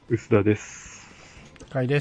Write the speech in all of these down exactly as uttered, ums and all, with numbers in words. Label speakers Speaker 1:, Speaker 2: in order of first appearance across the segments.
Speaker 1: 薄田です。
Speaker 2: かいです。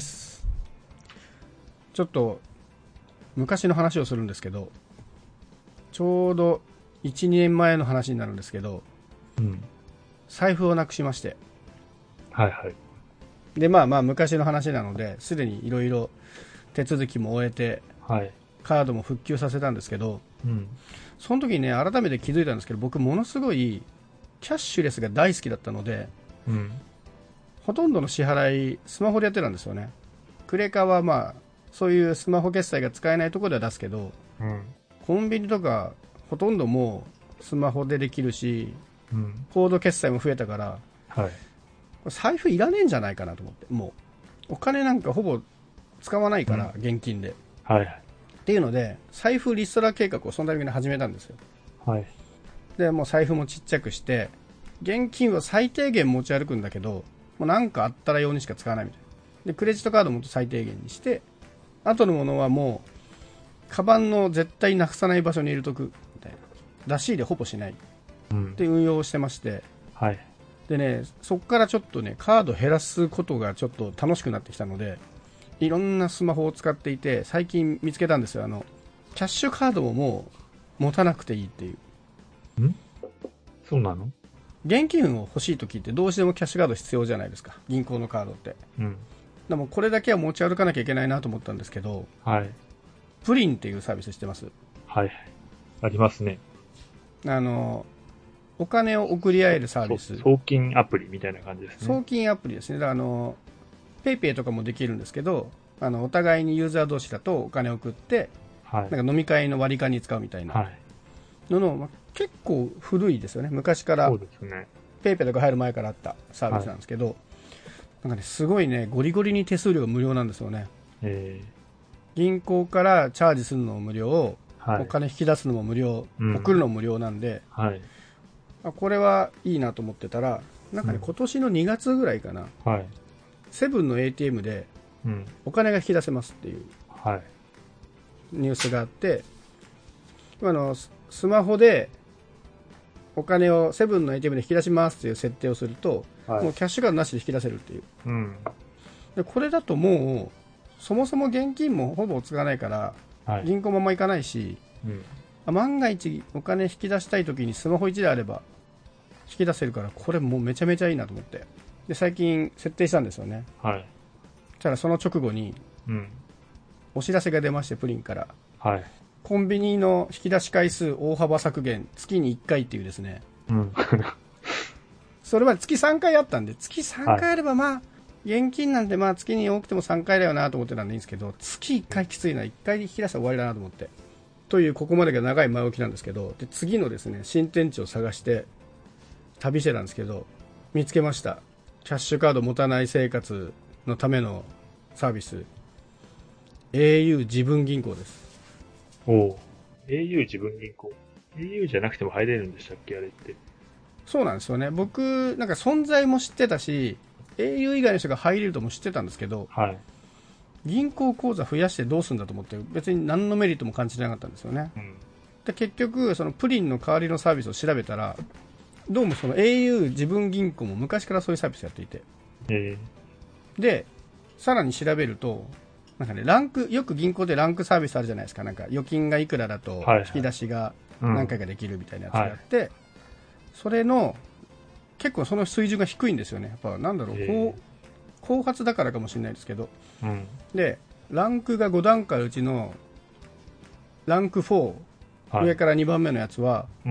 Speaker 2: ちょっと昔の話をするんですけど、ちょうどいち、にねんまえの話になるんですけど、
Speaker 1: うん。
Speaker 2: 財布をなくしまして。
Speaker 1: はいはい。
Speaker 2: で、まあまあ昔の話なので、すでにいろいろ手続きも終えて、
Speaker 1: はい。
Speaker 2: カードも復旧させたんですけど、
Speaker 1: うん。
Speaker 2: その時にね、改めて気づいたんですけど、僕ものすごいキャッシュレスが大好きだったので、
Speaker 1: うん。
Speaker 2: ほとんどの支払いスマホでやってたんですよね。クレカはまあそういうスマホ決済が使えないところでは出すけど、
Speaker 1: うん。
Speaker 2: コンビニとかほとんどもうスマホでできるし、
Speaker 1: うん。
Speaker 2: コード決済も増えたから、
Speaker 1: はい。
Speaker 2: 財布いらねえんじゃないかなと思って、もうお金なんかほぼ使わないから、
Speaker 1: うん
Speaker 2: 現金で
Speaker 1: はいはい。
Speaker 2: っていうので、財布リストラ計画をそのタイミングで始めたんですよ。
Speaker 1: はい。
Speaker 2: でもう財布もちっちゃくして、現金は最低限持ち歩くんだけど、もうなんかあったら用にしか使わないみたいな。でクレジットカードも最低限にして、あとのものはもうカバンの絶対なくさない場所に入れとくみたいな、出し入れほぼしないっ
Speaker 1: うん。
Speaker 2: て運用をしてまして、
Speaker 1: はい。
Speaker 2: でね、そこからちょっとね、カード減らすことがちょっと楽しくなってきたので、いろんなスマホを使っていて、最近見つけたんですよ。あのキャッシュカードももう持たなくていいっていう。
Speaker 1: んそうなの？
Speaker 2: 現金を欲しいときってどうしてもキャッシュカード必要じゃないですか、銀行のカードって。
Speaker 1: うん。
Speaker 2: でもこれだけは持ち歩かなきゃいけないなと思ったんですけど、
Speaker 1: はい。
Speaker 2: プリンっていうサービスしてます？
Speaker 1: はい。ありますね。
Speaker 2: あのお金を送り合えるサー
Speaker 1: そう。
Speaker 2: ビス。
Speaker 1: 送金アプリみたいな感じですね。
Speaker 2: 送金アプリですね。だからあのペイペイとかもできるんですけど、あのお互いにユーザー同士だとお金を送って、
Speaker 1: はい。
Speaker 2: なんか飲み会の割り勘に使うみたいな
Speaker 1: はい。
Speaker 2: のの、まあ、結構古いですよね。昔から
Speaker 1: そうですね。
Speaker 2: ペイペイとか入る前からあったサービスなんですけど、なんかね、すごいね、ゴリゴリに手数料が無料なんですよね。
Speaker 1: え
Speaker 2: 銀行からチャージするのも無料、
Speaker 1: ー。はい。
Speaker 2: お金引き出すのも無料、
Speaker 1: うん。
Speaker 2: 送るのも無料なんで、
Speaker 1: はい。
Speaker 2: あ、これはいいなと思ってたら、なんかね、
Speaker 1: うん
Speaker 2: 今年のにがつぐらいかな、
Speaker 1: はい。
Speaker 2: セブンの エーティーエム で
Speaker 1: うん。
Speaker 2: お金が引き出せますっていう
Speaker 1: はい。
Speaker 2: ニュースがあって、あのススマホでお金をセブンの エーティーエム で引き出しますっていう設定をすると、
Speaker 1: はい。
Speaker 2: もうキャッシュカードなしで引き出せるっていう。
Speaker 1: うん。
Speaker 2: でこれだともうそもそも現金もほぼ使わないから、
Speaker 1: はい。
Speaker 2: 銀行もあんま行かないし、
Speaker 1: うん。
Speaker 2: あ万が一お金引き出したい時にスマホいちだいあれば引き出せるから、これもうめちゃめちゃいいなと思って、で最近設定したんですよね。
Speaker 1: はい。
Speaker 2: ただその直後に
Speaker 1: うん。
Speaker 2: お知らせが出まして、プリンから、
Speaker 1: はい。
Speaker 2: コンビニの引き出し回数大幅削減、月にいっかいっていうですね。
Speaker 1: うん。
Speaker 2: それは月さんかいあったんで、月さんかい
Speaker 1: は
Speaker 2: あればまあ現金なんてまあ月に多くてもさんかいだよなと思ってたんでいいんですけど、月いっかいきついな、いっかい引き出したら終わりだなと思って、というここまでが長い前置きなんですけど、で次のですね新天地を探して旅してたんですけど、見つけました。キャッシュカード持たない生活のためのサービス、 エーユー 自分銀行です。
Speaker 1: い。おう。エーユー 自分銀行。エーユー じゃなくても入れるんでしたっけあれって。
Speaker 2: そうなんですよね。僕なんか存在も知ってたし、 エーユー 以外の人が入れるとも知ってたんですけど、
Speaker 1: はい。
Speaker 2: 銀行口座増やしてどうするんだと思って、別に何のメリットも感じてなかったんですよね。
Speaker 1: うん。
Speaker 2: で結局そのプリンの代わりのサービスを調べたら、どうもその エーユー 自分銀行も昔からそういうサービスやっていて、
Speaker 1: え
Speaker 2: でさらに調べると、なんかね、ランク、よく銀行でランクサービスあるじゃないですか。なんか預金がいくらだと
Speaker 1: ー。はい、はい。
Speaker 2: 引き出しが
Speaker 1: うん。
Speaker 2: 何回かできるみたいなやつがあって、それの結構その水準が低いんですよね。やっぱなんだろう、
Speaker 1: え
Speaker 2: こう後発だからかもしれないですけど、
Speaker 1: ー。うん。
Speaker 2: でランクがご段階うちのランクよん、
Speaker 1: はい。
Speaker 2: 上からにばんめのやつは
Speaker 1: うん。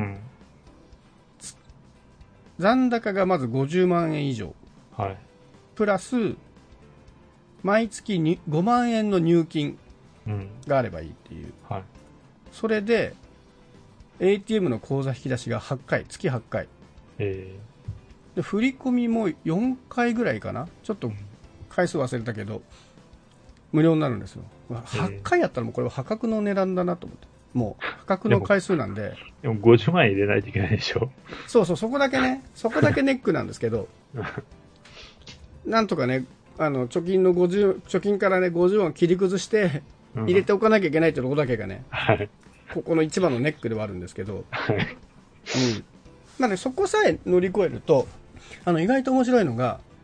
Speaker 2: 残高がまずごじゅうまんえん以上
Speaker 1: はい。
Speaker 2: プラス毎月にごまんえんの入金
Speaker 1: うん。
Speaker 2: があればいいっていう。
Speaker 1: はい。
Speaker 2: それで エーティーエム の口座引き出しがはちかい、月はちかい
Speaker 1: え
Speaker 2: で、振り込みもよんかいぐらいかな、ちょっ
Speaker 1: ー。う
Speaker 2: と
Speaker 1: ん。
Speaker 2: 回数忘れたけど無料になるんですよ。はちかいやったらもうこれは破格の値段だなと思って、もう破格の回数なんで。
Speaker 1: でもごじゅうまん円入れないといけないでしょ。
Speaker 2: そうそう、そこだけね、そこだけネックなんですけどなんとかね、あの貯金のごじゅう貯金からねごじゅうまんを切り崩して
Speaker 1: うん。
Speaker 2: 入れておかなきゃいけないってところだけがね、
Speaker 1: はい。
Speaker 2: ここの一番のネックではあるんですけど、
Speaker 1: はい。
Speaker 2: うん、まあね、そこさえ乗り越えると、あの意外と面白いのが、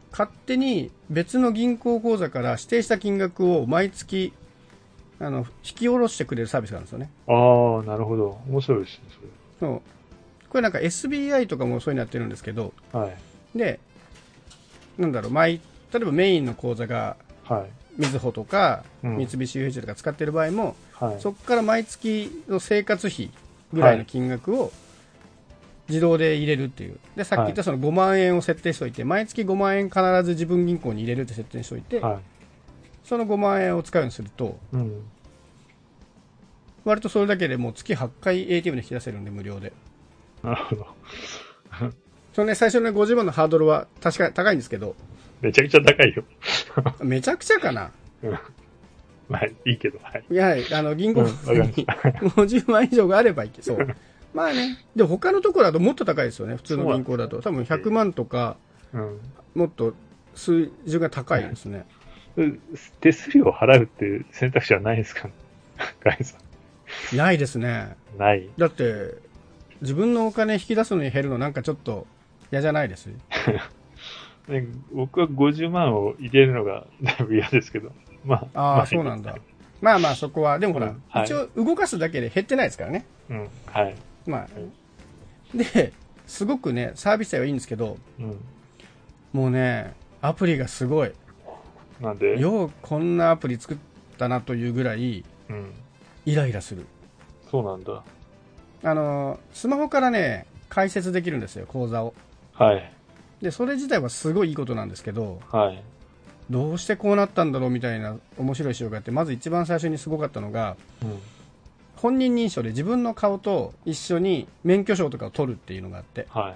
Speaker 2: 勝手に別の銀行口座から指定した金額を毎月あの引き下ろしてくれるサービスがあるんですよね。
Speaker 1: ああ、なるほど。面白いですね、それ。
Speaker 2: そう。これなんか エスビーアイ とかもそういうのやってるんですけど、
Speaker 1: はい。
Speaker 2: で、なんだろう、毎、例えばメインの口座が、
Speaker 1: はい。
Speaker 2: みずほとか、
Speaker 1: うん
Speaker 2: 三菱 ユーエイチ とか使ってる場合も、
Speaker 1: はい。
Speaker 2: そこから毎月の生活費ぐらいの金額を自動で入れるっていう。で、さっき言ったそのごまん円を設定しておいて、毎月ごまん円必ず自分銀行に入れるって設定しておいて、
Speaker 1: はい。
Speaker 2: そのごまん円を使うようにすると、
Speaker 1: うん。
Speaker 2: 割とそれだけでもう月はちかい エーティーエム で引き出せるんで無料で。
Speaker 1: なるほど。
Speaker 2: そのね、最初のごじゅうまんのハードルは確かに高いんですけど、
Speaker 1: めちゃくちゃ高いよ。
Speaker 2: めちゃくちゃかな。
Speaker 1: うん。まあ、いいけど、はい。
Speaker 2: いや、あの、銀行
Speaker 1: うんわかりま
Speaker 2: に
Speaker 1: し
Speaker 2: ごじゅうまん以上があればいいけど、そう。まあね。で、他のところだともっと高いですよね。普通の銀行だと。多分ひゃくまんとか、
Speaker 1: うん。
Speaker 2: もっと数字が高いですね。
Speaker 1: 手数料を払うっていう選択肢はないですかね、ガイさん。
Speaker 2: ないですね。
Speaker 1: ない。
Speaker 2: だって、自分のお金引き出すのに減るのなんかちょっと嫌じゃないです。
Speaker 1: ね、僕はごじゅうまんを入れるのがだいぶ嫌ですけど。まあ。
Speaker 2: ああ、
Speaker 1: まあ、
Speaker 2: そうなんだ。まあまあそこは、でもほら、
Speaker 1: うんはい、
Speaker 2: 一応動かすだけで減ってないですからね。
Speaker 1: うん、はい。
Speaker 2: まあ。で、すごくね、サービス自体はいいんですけど、
Speaker 1: うん、
Speaker 2: もうね、アプリがすごい。
Speaker 1: なんで
Speaker 2: ようこんなアプリ作ったなというぐらい、
Speaker 1: うん。
Speaker 2: イライラする。
Speaker 1: そうなんだ。
Speaker 2: あの、スマホからね、解説できるんですよ、口座を。
Speaker 1: はい。
Speaker 2: で、それ自体はすごいいいことなんですけど、
Speaker 1: はい。
Speaker 2: どうしてこうなったんだろうみたいな面白い仕様があって、まず一番最初にすごかったのが、
Speaker 1: うん。
Speaker 2: 本人認証で自分の顔と一緒に免許証とかを取るっていうのがあって、
Speaker 1: はい。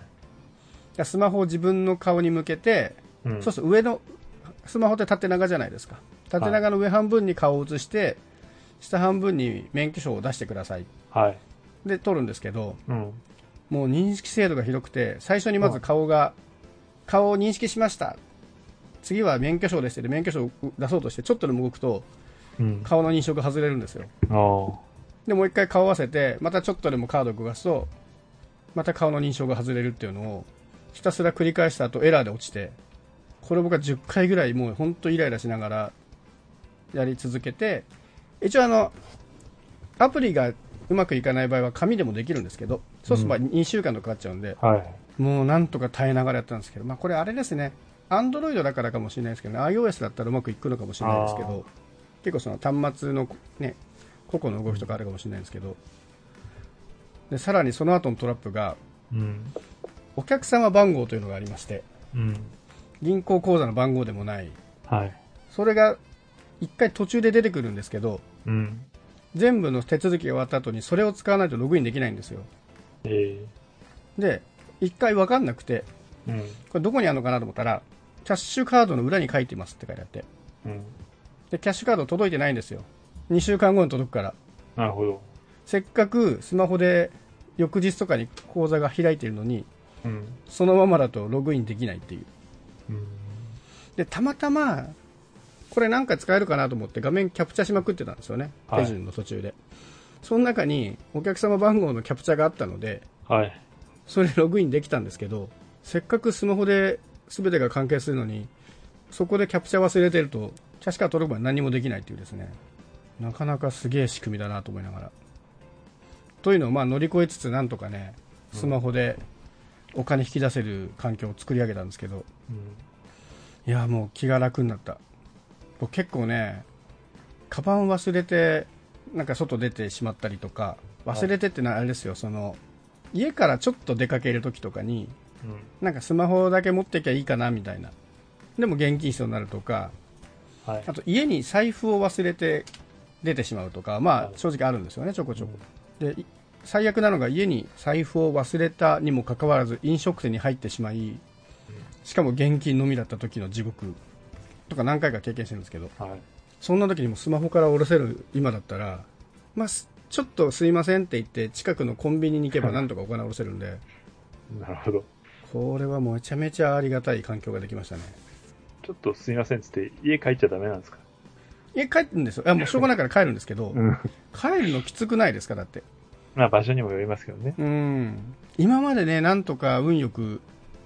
Speaker 2: スマホを自分の顔に向けて、
Speaker 1: うん、
Speaker 2: そうすると上の、スマホって縦長じゃないですか。縦長の上半分に顔を映して、下半分に免許証を出してください。
Speaker 1: はい。
Speaker 2: で、取るんですけど、
Speaker 1: うん。
Speaker 2: もう認識精度がひどくて、最初にまず顔が、顔を認識しました。次は免許証ですって免許証を出そうとして、ちょっとでも動くと、
Speaker 1: うん、
Speaker 2: 顔の認証が外れるんですよ。
Speaker 1: あ
Speaker 2: で、もう一回顔を合わせて、またちょっとでもカードを動かすと、また顔の認証が外れるっていうのを、ひたすら繰り返した後エラーで落ちて、これ僕はじゅっかいぐらいもう本当イライラしながらやり続けて、一応あの、アプリがうまくいかない場合は紙でもできるんですけど、そうするとにしゅうかんとかかかっちゃうんで、
Speaker 1: はい。
Speaker 2: もうなんとか耐えながらやったんですけど、まあこれあれですね、アンドロイドだからかもしれないですけどね、iOS だったらうまくいくのかもしれないですけど、結構その端末のね、個々の動きとかあるかもしれないですけど、でさらにその後のトラップが、
Speaker 1: うん。
Speaker 2: お客様番号というのがありまして、
Speaker 1: うん。
Speaker 2: 銀行口座の番号でもない、
Speaker 1: はい。
Speaker 2: それが一回途中で出てくるんですけど、
Speaker 1: うん。
Speaker 2: 全部の手続きが終わった後にそれを使わないとログインできないんですよ。
Speaker 1: え
Speaker 2: で、一回分かんなくて、
Speaker 1: えー。うん。
Speaker 2: これどこにあるのかなと思ったら、キャッシュカードの裏に書いてますって書いてあって、
Speaker 1: うん。
Speaker 2: で、キャッシュカード届いてないんですよ。にしゅうかんごに届くから。
Speaker 1: なるほど。
Speaker 2: せっかくスマホで翌日とかに口座が開いてるのに、
Speaker 1: うん。
Speaker 2: そのままだとログインできないっていう。
Speaker 1: うん。
Speaker 2: で、たまたま、これなんか使えるかなと思って画面キャプチャしまくってたんですよね。
Speaker 1: はい
Speaker 2: 手順の途中で。その中にお客様番号のキャプチャがあったので、
Speaker 1: はい。
Speaker 2: それログインできたんですけど、せっかくスマホで全てが関係するのに、そこでキャプチャ忘れてると、キャッシュカード届くまで何もできないっていうですね、なかなかすげえ仕組みだなと思いながら。というのをまあ乗り越えつつなんとかね、スマホでお金引き出せる環境を作り上げたんですけど、
Speaker 1: うん。
Speaker 2: いやもう気が楽になった。僕結構ね、カバン忘れてなんか外出てしまったりとか、忘れてってのはあれですよ、その家からちょっと出かけるときとかに、
Speaker 1: うん。
Speaker 2: なんかスマホだけ持ってきゃいいかなみたいな、でも現金必要になるとか、
Speaker 1: はい。
Speaker 2: あと家に財布を忘れて出てしまうとか、まあ正直あるんですよね、ちょこちょこ。で、い最悪なのが家に財布を忘れたにもかかわらず飲食店に入ってしまい、しかも現金のみだった時の地獄とか何回か経験してるんですけど、
Speaker 1: はい。
Speaker 2: そんな時にもスマホから下ろせる今だったら、まあ、すちょっとすいませんって言って近くのコンビニに行けばなんとかお金下ろせるんで、
Speaker 1: なるほど。
Speaker 2: これはめちゃめちゃありがたい環境ができましたね。
Speaker 1: ちょっとすいませんっつって家帰っちゃダメなんですか？
Speaker 2: 家帰るんですよ。いやもうしょうがないから帰るんですけど、
Speaker 1: うん。
Speaker 2: 帰るのきつくないですか？だって。
Speaker 1: まあ場所にもよりますけどね。
Speaker 2: うん。今までね、なんとか運よく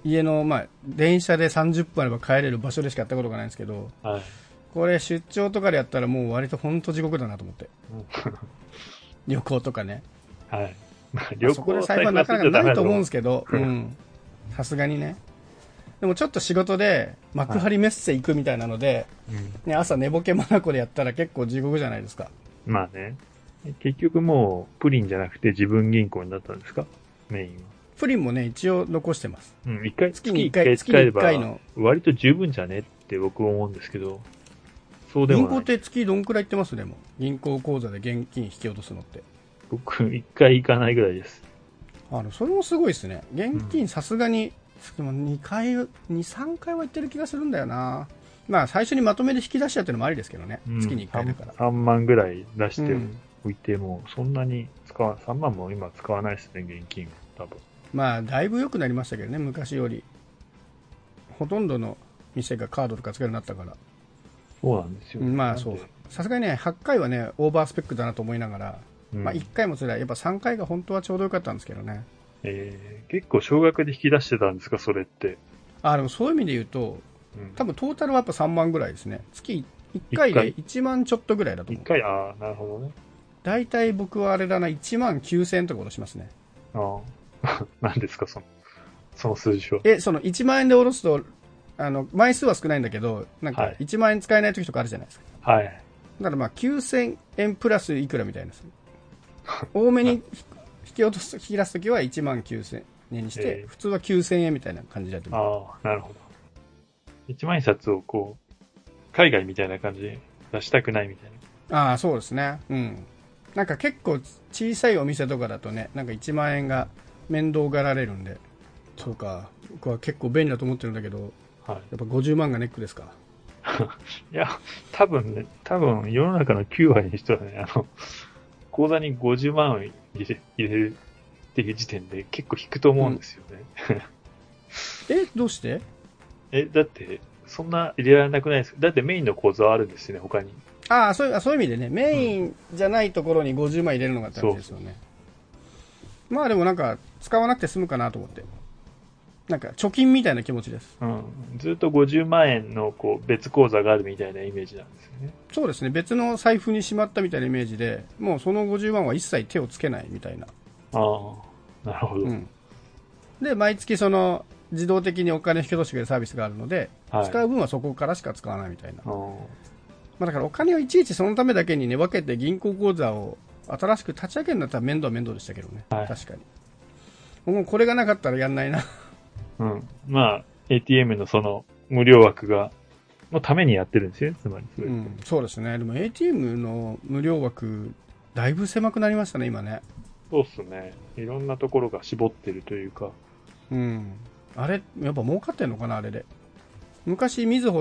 Speaker 2: 家の、まあ、電車でさんじゅっぷんあれば帰れる場所でしかやったことがないんですけど、
Speaker 1: はい。
Speaker 2: これ出張とかでやったらもう割と本当地獄だなと思って。旅行とかね。
Speaker 1: はい。まあ、旅行
Speaker 2: そこで財布はなかなかないと思うんですけど、うん。さすがにね。でもちょっと仕事で幕張メッセ行くみたいなので、はいね、朝寝ぼけまなこでやったら結構地獄じゃないですか。
Speaker 1: まあね。結局もうプリンじゃなくて自分銀行になったんですか、メインは。
Speaker 2: プリンもね、一応残してます。
Speaker 1: うん、一回、
Speaker 2: 月に一回使えば
Speaker 1: 割と十分じゃねって僕は思うんですけど、そうでもない。
Speaker 2: 銀行って月どんくらい行ってますでも。銀行口座で現金引き落とすのって。
Speaker 1: 僕、一回行かないぐらいです。
Speaker 2: あの、それもすごいですね。現金さすがに、でもにかい、に、さんかいは行ってる気がするんだよな。まあ最初にまとめで引き出しちゃってるのもありですけどね。うん、月にいっかいだから。
Speaker 1: さんまんぐらい出しておいても、そんなに使わ、さんまんも今使わないですね、現金多分。
Speaker 2: まあだいぶ良くなりましたけどね、昔より。ほとんどの店がカードとか使えるようになったから。
Speaker 1: そうなんですよ、ね。
Speaker 2: まあそう。さすがにね、はちかいはね、オーバースペックだなと思いながら、うん、まあいっかいも辛い。やっぱさんかいが本当はちょうどよかったんですけどね。
Speaker 1: えー、結構少額で引き出してたんですか、それって。
Speaker 2: あ、でもそういう意味で言うと、うん、多分トータルはやっぱさんまんぐらいですね。月いっかいでいちまんちょっとぐらいだと思う。
Speaker 1: いっかい、ああ、なるほどね。
Speaker 2: 大体僕はあれだな、いちまんきゅうせんえんとか下ろしますね。
Speaker 1: ああ。何ですか、その、その数字は。
Speaker 2: え、そのいちまんえんで下ろすと、あの、枚数は少ないんだけど、なんかいちまんえん使えない時とかあるじゃないですか。
Speaker 1: はい。
Speaker 2: だからまあきゅうせんえんプラスいくらみたいな。多めに引き落とす、引き出す時はいちまんきゅうせんえんにして、えー、普通はきゅうせんえんみたいな感じだと思
Speaker 1: う。ああ、なるほど。一万円札をこう、海外みたいな感じで出したくないみたい
Speaker 2: な。ああ、そうですね。うん。なんか結構小さいお店とかだとね、なんかいちまんえんが面倒がられるんで、そうか、僕は結構便利だと思ってるんだけど、はい、やっぱごじゅうまんがネックですか。
Speaker 1: いや、多分ね、多分世の中のきゅうわりの人はね、あの、口座にごじゅうまんを入れ、入れるっていう時点で結構引くと思うんですよね。
Speaker 2: うん、え、どうして？
Speaker 1: え、だって、そんな入れられなくないですか？だってメインの口座はあるんですよね、他に。
Speaker 2: ああ、そういう、そういう意味でね、メインじゃないところにごじゅうまん入れるのが大事ですよね。まあでもなんか、使わなくて済むかなと思って。なんか、貯金みたいな気持ちです。
Speaker 1: うん。ずっとごじゅうまんえんのこう別口座があるみたいなイメージなんですよね。
Speaker 2: そうですね。別の財布にしまったみたいなイメージで、もうそのごじゅうまんは一切手をつけないみたいな。
Speaker 1: ああ、なるほど。うん。
Speaker 2: で、毎月その、自動的にお金引き落としてくれるサービスがあるので、はい、使う分はそこからしか使わないみたいな。まあだからお金をいちいちそのためだけにね、分けて銀行口座を新しく立ち上げるんだったら面倒は面倒でしたけどね。はい、確かに。もうこれがなかったらやんないな。
Speaker 1: うん。まあ、エーティーエム のその無料枠が、のためにやってるんですよね、つまりそれ、うん。そう
Speaker 2: ですね。でも エーティーエム の無料枠、だいぶ狭くなりましたね、今ね。
Speaker 1: そうっすね。いろんなところが絞ってるというか。
Speaker 2: うん。あれ、やっぱ儲かってんのかな、あれで。昔、みずほって、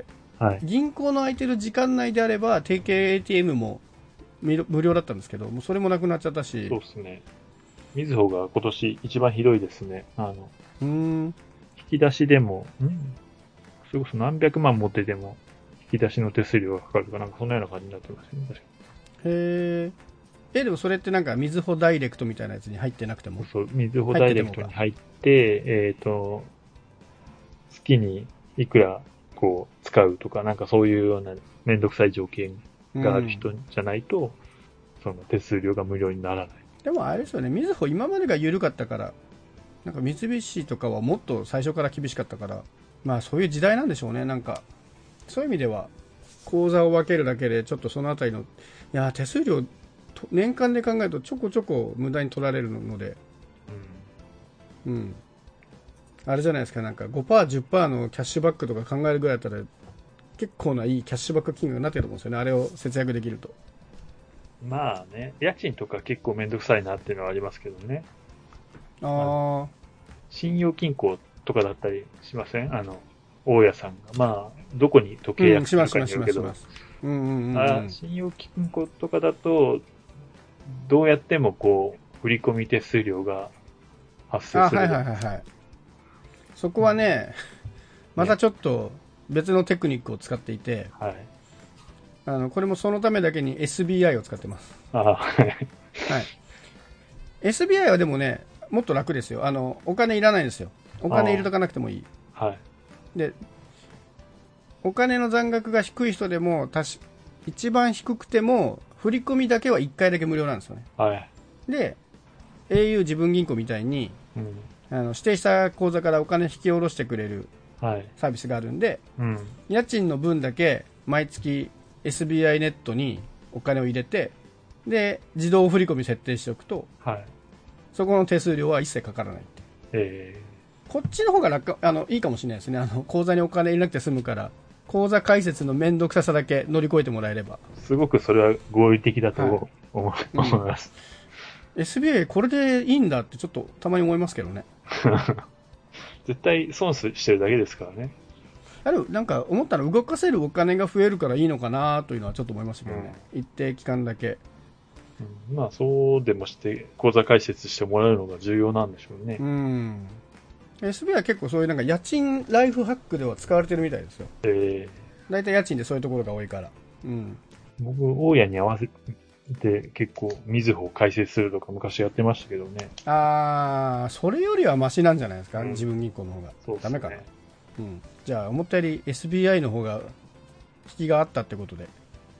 Speaker 2: はい、銀行の空いてる時間内であれば、提携 エーティーエム も無料だったんですけど、もうそれもなくなっちゃったし。
Speaker 1: そうですね。みずほが今年一番ひどいですね。あの、
Speaker 2: うーん。
Speaker 1: 引き出しでも、んそれこそ何百万持ってても、引き出しの手数料がかかるかなんかそんなような感じになってますね、確か
Speaker 2: に。へー。え、でもそれってなんか、みずほダイレクトみたいなやつに入ってなくても
Speaker 1: そう、みずほダイレクトに入って、えっと、月にいくらこう使うとか、なんかそういうようなめんどくさい条件がある人じゃないと、うん、その手数料が無料にならない。
Speaker 2: でもあれですよね、みずほ今までが緩かったから、なんか三菱とかはもっと最初から厳しかったから、まあそういう時代なんでしょうね、なんか。そういう意味では、口座を分けるだけで、ちょっとそのあたりの、いや、手数料、年間で考えるとちょこちょこ無駄に取られるので、うん。うん。あれじゃないですか、なんか ごパーセント、じゅっパーセント のキャッシュバックとか考えるぐらいだったら、結構ないいキャッシュバック金額になってると思うんですよね、あれを節約できると。
Speaker 1: まあね、家賃とか結構めんどくさいなっていうのはありますけどね。
Speaker 2: ああ。
Speaker 1: 信用金庫とかだったりしません？あの、大家さんが。まあ、どこに時計約するかによるけど。信用金庫とかだと、どうやってもこう、振込手数料が発生する。
Speaker 2: あ、はいはいはいはい。そこはね、またちょっと別のテクニックを使っていて、はい、あのこれもそのためだけに エスビーアイ を使ってます。
Speaker 1: あはい。
Speaker 2: エスビーアイ はでもね、もっと楽ですよ。あのお金いらないんですよ。 お金入れとかなくてもいい。
Speaker 1: はい。
Speaker 2: で、お金の残額が低い人でも、たし一番低くても、振り込みだけはいっかいだけ無料なんですよね。
Speaker 1: はい。
Speaker 2: で、エーユー 自分銀行みたいに、うん、あの指定した口座からお金引き下ろしてくれるサービスがあるんで、はい、うん、家賃の分だけ毎月 エスビーアイ ネットにお金を入れて、で、自動振り込み設定しておくと、はい、そこの手数料は一切かからないって。えー、こっちの方が楽、あの、いいかもしれないですね。あの、口座にお金入れなくて済むから、口座開設のめんどくささだけ乗り越えてもらえれば。
Speaker 1: すごくそれは合理的だと思、はい、思います。
Speaker 2: うん、エスビーアイ これでいいんだってちょっとたまに思いますけどね。
Speaker 1: 絶対損してるだけですからね。
Speaker 2: ある、なんか思ったら動かせるお金が増えるからいいのかなというのはちょっと思いましたけどね。うん、一定期間だけ。
Speaker 1: うん、まあそうでもして口座開設してもらうのが重要なんでしょうね。
Speaker 2: うん。エスビーアイ は結構そういうなんか家賃ライフハックでは使われてるみたいですよ。えー、大体家賃でそういうところが多いから。うん。
Speaker 1: 僕、大家に合わせて結構みずほを開設するとか昔やってましたけどね。
Speaker 2: あー、それよりはマシなんじゃないですか、うん、自分銀行の方が。そうですね。ダメかな。うん。じゃあ思ったより エスビーアイ の方が引きがあったってことで。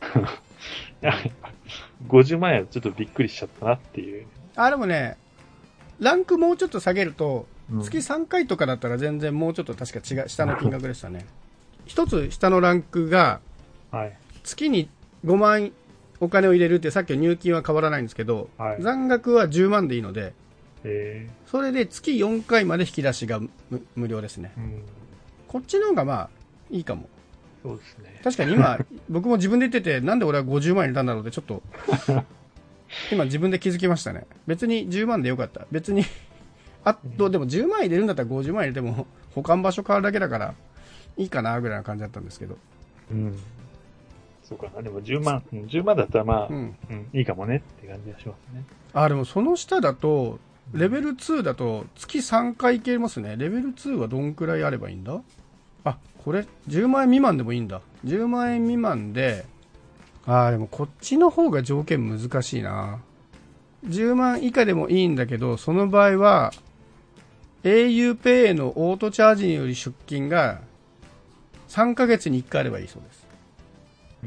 Speaker 1: ごじゅうまん円はちょっとびっくりしちゃったなっていう。
Speaker 2: あ、でもね、ランクもうちょっと下げると、月さんかいとかだったら全然もうちょっと確か違う、下の金額でしたね。一つ下のランクが、月にごまんお金を入れるって、さっきの入金は変わらないんですけど、はい、残額はじゅうまんでいいので、それで月よんかいまで引き出しが 無, 無料ですね、うん。こっちの方がまあいいかも。
Speaker 1: そうですね。
Speaker 2: 確かに今、僕も自分で言ってて、なんで俺はごじゅうまん入れたんだろうってちょっと、今自分で気づきましたね。別にじゅうまんでよかった。別にあと、でもじゅうまん入れるんだったらごじゅうまん入れても保管場所変わるだけだからいいかなぐらいな感じだったんですけど。
Speaker 1: うん。そうかな。でもじゅうまん、じゅうまんだったらまあ、うんうん、いいかもねって感じがしますね。
Speaker 2: あ、でもその下だと、レベルツーだと月さんかいいけますね。レベルツーはどんくらいあればいいんだ？あ、これじゅうまん円未満でもいいんだ。じゅうまん円未満で、あーでもこっちの方が条件難しいな。じゅうまん以下でもいいんだけど、その場合は エーユーペイ へのオートチャージにより出金がさんかげつにいっかいあればいいそうです。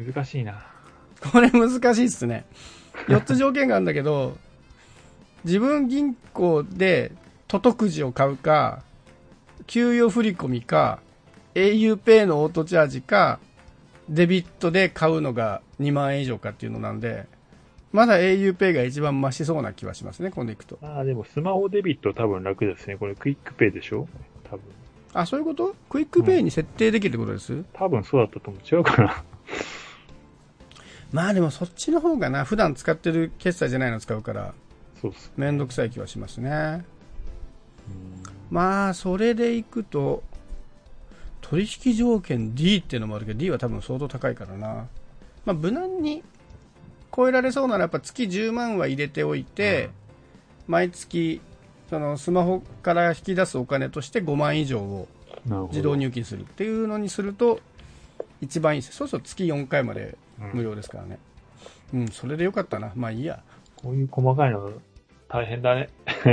Speaker 1: 難しいな。
Speaker 2: これ難しいっすね。よっつ条件があるんだけど、自分銀行で都徳寺を買うか、給与振込か、エーユーペイ のオートチャージか、デビットで買うのがにまん円以上かっていうのなんで、まだ エーユーペイ が一番マシそうな気はしますね、今度行くと。
Speaker 1: ああ、でもスマホデビット多分楽ですね。これクイックペイでしょ多分。
Speaker 2: あ、そういうこと？クイックペイに設定できるってことです？うん、
Speaker 1: 多分そうだったと思う。違うかな。
Speaker 2: まあでもそっちの方がな、普段使ってる決済じゃないの使うから、
Speaker 1: そうっすね。
Speaker 2: めんどくさい気はしますね。うん、まあ、それで行くと、取引条件 ディー っていうのもあるけど、ディー は多分相当高いからな。まあ、無難に超えられそうならやっぱ月じゅうまんは入れておいて、うん、毎月そのスマホから引き出すお金としてごまん以上を自動入金するっていうのにすると一番いいです。そうすると月よんかいまで無料ですからね。うん、うん、それでよかったな。まあいいや。
Speaker 1: こういう細かいの大変だね。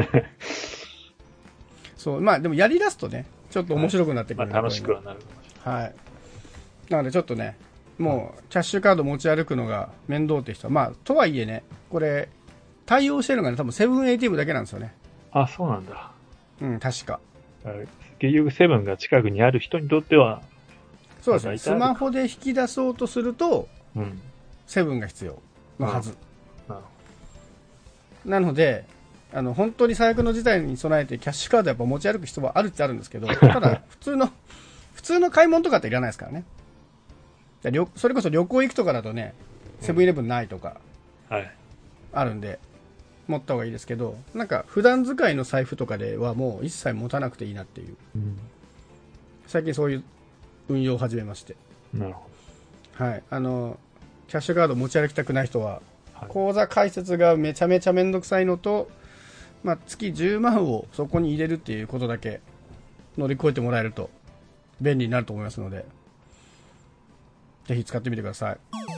Speaker 2: そう、まあでもやりだすとね、ちょっと面白くなってくる、ね、
Speaker 1: まあ、楽しくはなる。
Speaker 2: はい。なのでちょっとね、もうキャッシュカード持ち歩くのが面倒って人は、まあとはいえね、これ対応してるのがね、多分セブンエーティーエムだけなんですよね。
Speaker 1: あ、そうなんだ。
Speaker 2: うん、確か。
Speaker 1: 結局セブンが近くにある人にとっては、
Speaker 2: そうですね。スマホで引き出そうとすると、うん、セブンが必要のはず。うん、なので、あの本当に最悪の事態に備えてキャッシュカードやっぱ持ち歩く人はあるっちゃあるんですけど、ただ普通の普通の買い物とかっていらないですからね。じゃそれこそ旅行行くとかだとね、セブンイレブンないとかあるんで持った方がいいですけど、なんか普段使いの財布とかではもう一切持たなくていいなっていう、うん、最近そういう運用を始めまして。
Speaker 1: なるほ
Speaker 2: ど。はい、あのキャッシュカード持ち歩きたくない人は、はい、口座開設がめちゃめちゃめんどくさいのと、まあ、月じゅうまんをそこに入れるっていうことだけ乗り越えてもらえると便利になると思いますので、ぜひ使ってみてください。